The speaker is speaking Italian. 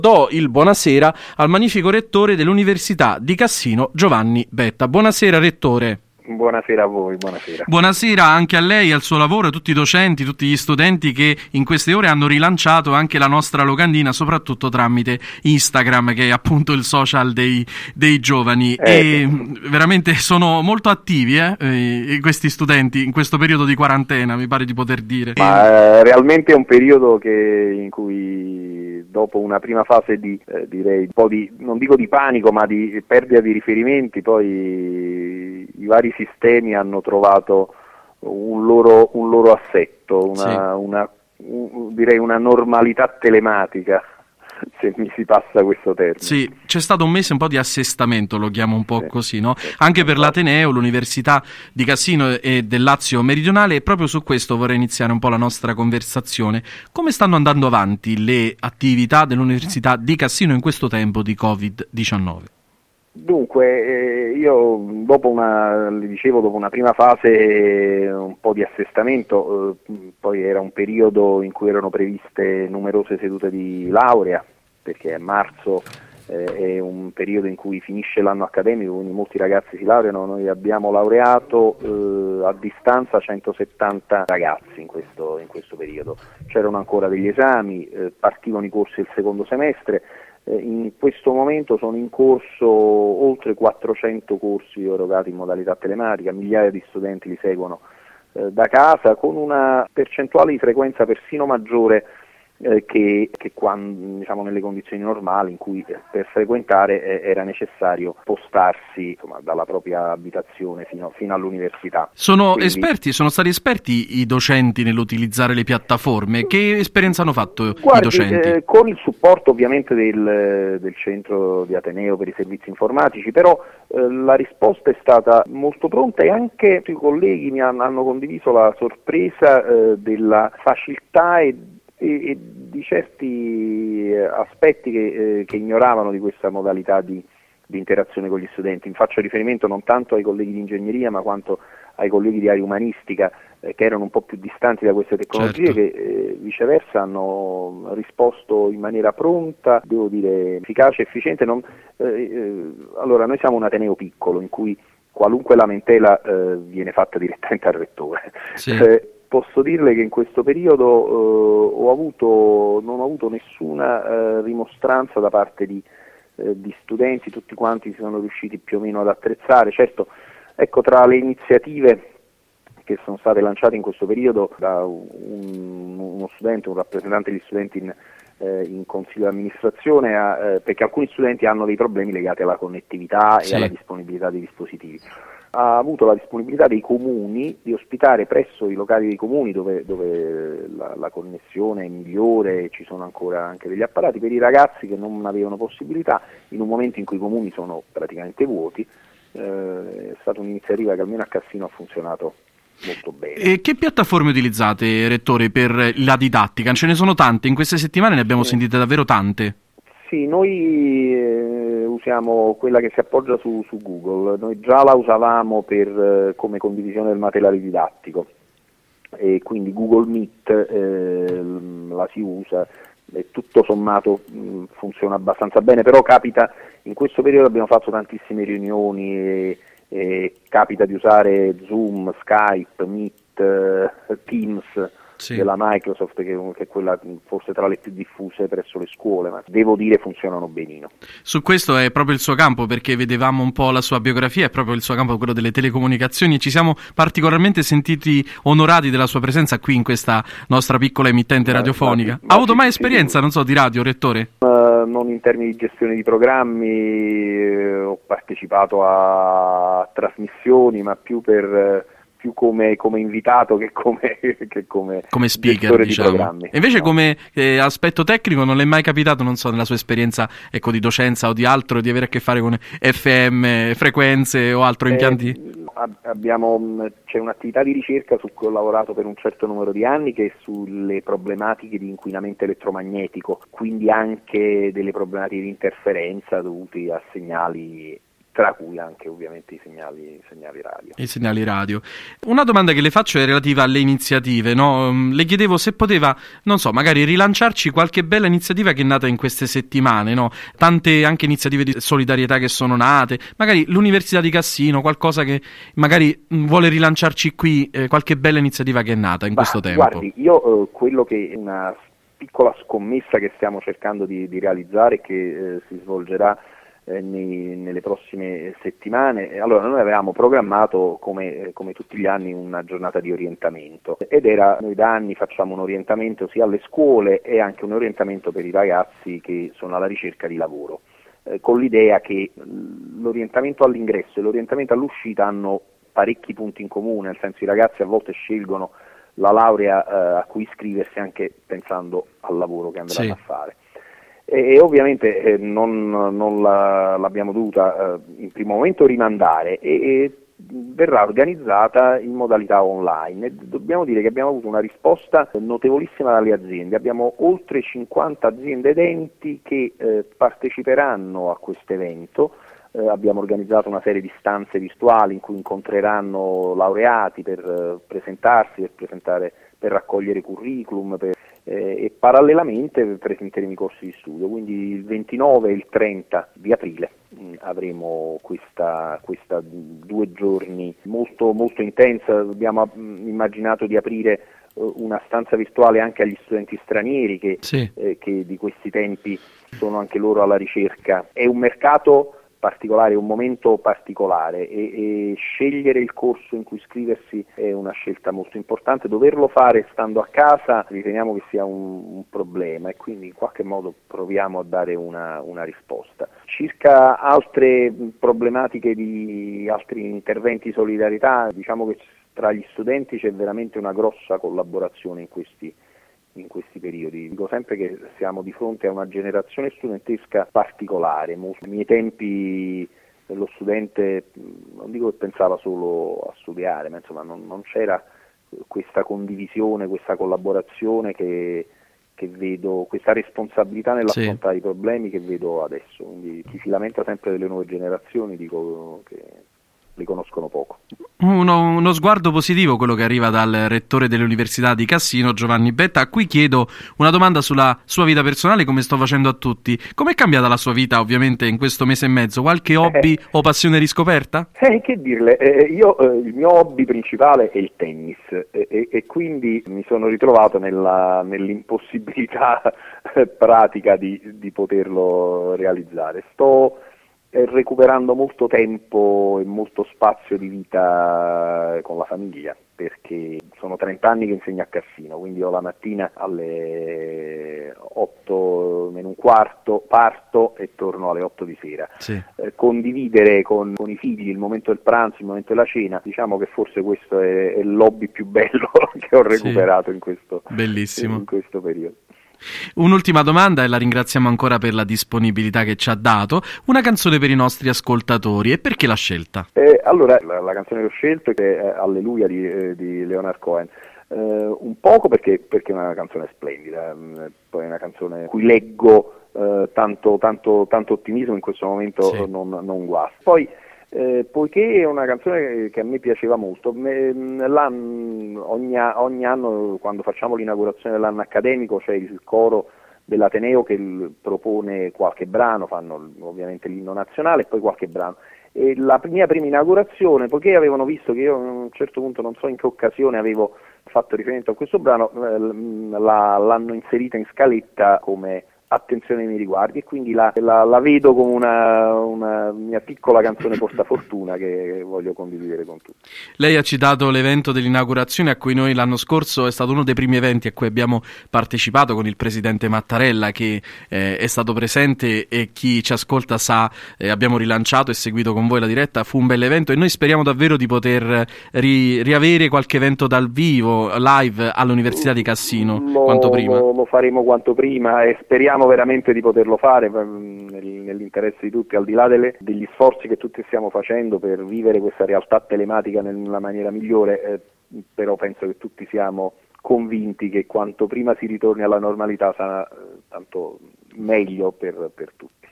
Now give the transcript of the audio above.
Do il buonasera al magnifico rettore dell'Università di Cassino, Giovanni Betta. Buonasera rettore. Buonasera a voi, buonasera. Buonasera anche a lei, al suo lavoro, a tutti i docenti, tutti gli studenti che in queste ore hanno rilanciato anche la nostra locandina, soprattutto tramite Instagram, che è appunto il social dei giovani. E veramente sono molto attivi questi studenti in questo periodo di quarantena, mi pare di poter dire. Ma realmente è un periodo in cui dopo una prima fase di direi un po' di, non dico di panico, ma di perdita di riferimenti, poi i vari sistemi hanno trovato un loro assetto, direi una normalità telematica, se mi si passa questo termine. Sì, c'è stato un mese un po' di assestamento, lo chiamo un po' così, no? Sì, anche per l'Ateneo, l'Università di Cassino e del Lazio meridionale, e proprio su questo vorrei iniziare un po' la nostra conversazione. Come stanno andando avanti le attività dell'Università di Cassino in questo tempo di Covid-19? Dunque, io dopo una prima fase un po' di assestamento, poi era un periodo in cui erano previste numerose sedute di laurea, perché marzo è un periodo in cui finisce l'anno accademico, quindi molti ragazzi si laureano. Noi abbiamo laureato a distanza 170 ragazzi in questo periodo. C'erano ancora degli esami, partivano i corsi del secondo semestre. In questo momento sono in corso oltre 400 corsi erogati in modalità telematica, migliaia di studenti li seguono da casa, con una percentuale di frequenza persino maggiore che quando, diciamo, nelle condizioni normali, in cui per frequentare era necessario spostarsi dalla propria abitazione fino all'università. Sono stati esperti i docenti nell'utilizzare le piattaforme? Che esperienza hanno fatto i docenti? Con il supporto ovviamente del centro di Ateneo per i servizi informatici, però la risposta è stata molto pronta, e anche i colleghi mi hanno condiviso la sorpresa della facilità e di certi aspetti che ignoravano di questa modalità di interazione con gli studenti. Faccio riferimento non tanto ai colleghi di ingegneria, ma quanto ai colleghi di area umanistica, che erano un po' più distanti da queste tecnologie, certo, che viceversa hanno risposto in maniera pronta, devo dire efficace, efficiente. Allora, noi siamo un ateneo piccolo in cui qualunque lamentela viene fatta direttamente al rettore. Sì. Posso dirle che in questo periodo non ho avuto nessuna rimostranza da parte di studenti, tutti quanti si sono riusciti più o meno ad attrezzare. Certo, ecco, tra le iniziative che sono state lanciate in questo periodo da uno studente, un rappresentante degli studenti in consiglio di amministrazione, perché alcuni studenti hanno dei problemi legati alla connettività e alla disponibilità dei dispositivi. Ha avuto la disponibilità dei comuni di ospitare presso i locali dei comuni dove la connessione è migliore e ci sono ancora anche degli apparati per i ragazzi che non avevano possibilità, in un momento in cui i comuni sono praticamente vuoti. È stata un'iniziativa che almeno a Cassino ha funzionato molto bene. E che piattaforme utilizzate, Rettore, per la didattica? Ce ne sono tante, in queste settimane ne abbiamo sentite davvero tante. Sì, noi usiamo quella che si appoggia su Google. Noi già la usavamo come condivisione del materiale didattico, e quindi Google Meet la si usa, e tutto sommato funziona abbastanza bene, però capita, in questo periodo abbiamo fatto tantissime riunioni e capita di usare Zoom, Skype, Meet, Teams della Microsoft, che è quella forse tra le più diffuse presso le scuole, ma devo dire funzionano benino. Su questo è proprio il suo campo, perché vedevamo un po' la sua biografia, è proprio il suo campo, quello delle telecomunicazioni, e ci siamo particolarmente sentiti onorati della sua presenza qui in questa nostra piccola emittente radiofonica. Ha avuto mai esperienza, non so, di radio, Rettore? Non in termini di gestione di programmi, ho partecipato a trasmissioni, ma più come invitato che come speaker, diciamo. Di programmi. E invece come aspetto tecnico non le è mai capitato, non so, nella sua esperienza di docenza o di altro, di avere a che fare con FM, frequenze o altro impianti? C'è un'attività di ricerca su cui ho lavorato per un certo numero di anni, che è sulle problematiche di inquinamento elettromagnetico, quindi anche delle problematiche di interferenza dovute a segnali tra cui anche ovviamente i segnali radio. I segnali radio. Una domanda che le faccio è relativa alle iniziative, no? Le chiedevo se poteva, non so, magari rilanciarci qualche bella iniziativa che è nata in queste settimane, no? Tante anche iniziative di solidarietà che sono nate, magari l'Università di Cassino, qualcosa che magari vuole rilanciarci qui, qualche bella iniziativa che è nata in questo tempo. Guardi, io quello che una piccola scommessa che stiamo cercando di realizzare, che si svolgerà nelle prossime settimane. Allora, noi avevamo programmato come tutti gli anni una giornata di orientamento, ed era, noi da anni facciamo un orientamento sia alle scuole e anche un orientamento per i ragazzi che sono alla ricerca di lavoro, con l'idea che l'orientamento all'ingresso e l'orientamento all'uscita hanno parecchi punti in comune, nel senso, i ragazzi a volte scelgono la laurea a cui iscriversi anche pensando al lavoro che andranno a fare. E ovviamente non l'abbiamo dovuta in primo momento rimandare, e verrà organizzata in modalità online. E dobbiamo dire che abbiamo avuto una risposta notevolissima dalle aziende. Abbiamo oltre 50 aziende ed enti che parteciperanno a questo evento. Abbiamo organizzato una serie di stanze virtuali in cui incontreranno laureati per presentarsi, per raccogliere curriculum, e parallelamente presenteremo i corsi di studio. Quindi il 29 e il 30 di aprile avremo questa 2 giorni molto, molto intensa. Abbiamo immaginato di aprire una stanza virtuale anche agli studenti stranieri che di questi tempi sono anche loro alla ricerca. È un mercato particolare, un momento particolare, e scegliere il corso in cui iscriversi è una scelta molto importante. Doverlo fare stando a casa riteniamo che sia un problema, e quindi in qualche modo proviamo a dare una risposta. Circa altre problematiche di altri interventi di solidarietà, diciamo che tra gli studenti c'è veramente una grossa collaborazione in questi periodi. Dico sempre che siamo di fronte a una generazione studentesca particolare. Nei miei tempi lo studente, non dico che pensava solo a studiare, ma insomma non c'era questa condivisione, questa collaborazione che vedo, questa responsabilità nell'affrontare i problemi che vedo adesso. Quindi chi si lamenta sempre delle nuove generazioni, dico che li conoscono poco. Uno sguardo positivo quello che arriva dal rettore dell'Università di Cassino, Giovanni Betta, a cui chiedo una domanda sulla sua vita personale, come sto facendo a tutti. Com'è cambiata la sua vita, ovviamente, in questo mese e mezzo? Qualche hobby o passione riscoperta? Che dirle, io il mio hobby principale è il tennis, e quindi mi sono ritrovato nell'impossibilità pratica di poterlo realizzare. Sto recuperando molto tempo e molto spazio di vita con la famiglia, perché sono 30 anni che insegno a Cassino, quindi io la mattina alle 8 meno un quarto parto e torno alle 8 di sera. Condividere con i figli il momento del pranzo, il momento della cena, diciamo che forse questo è l'hobby più bello che ho recuperato in questo periodo. Un'ultima domanda, e la ringraziamo ancora per la disponibilità che ci ha dato. Una canzone per i nostri ascoltatori, e perché l'ha scelta? Allora, la canzone che ho scelto è Alleluia di Leonard Cohen. Un poco perché è una canzone splendida, poi è una canzone in cui leggo tanto ottimismo in questo momento, non guasta. Poi poiché è una canzone che a me piaceva molto, ogni anno quando facciamo l'inaugurazione dell'anno accademico c'è il coro dell'Ateneo che propone qualche brano, fanno ovviamente l'inno nazionale e poi qualche brano. E la mia prima inaugurazione, poiché avevano visto che io a un certo punto, non so in che occasione, avevo fatto riferimento a questo brano, l'hanno inserita in scaletta come attenzione ai miei riguardi, e quindi la vedo come una mia piccola canzone portafortuna che voglio condividere con tutti. Lei ha citato l'evento dell'inaugurazione a cui noi l'anno scorso è stato uno dei primi eventi a cui abbiamo partecipato con il presidente Mattarella, che è stato presente, e chi ci ascolta sa, abbiamo rilanciato e seguito con voi la diretta. Fu un bel evento e noi speriamo davvero di poter riavere qualche evento dal vivo, live, all'Università di Cassino quanto prima. Lo faremo quanto prima e speriamo veramente di poterlo fare nell'interesse di tutti, al di là degli sforzi che tutti stiamo facendo per vivere questa realtà telematica nella maniera migliore, però penso che tutti siamo convinti che quanto prima si ritorni alla normalità sarà tanto meglio per tutti.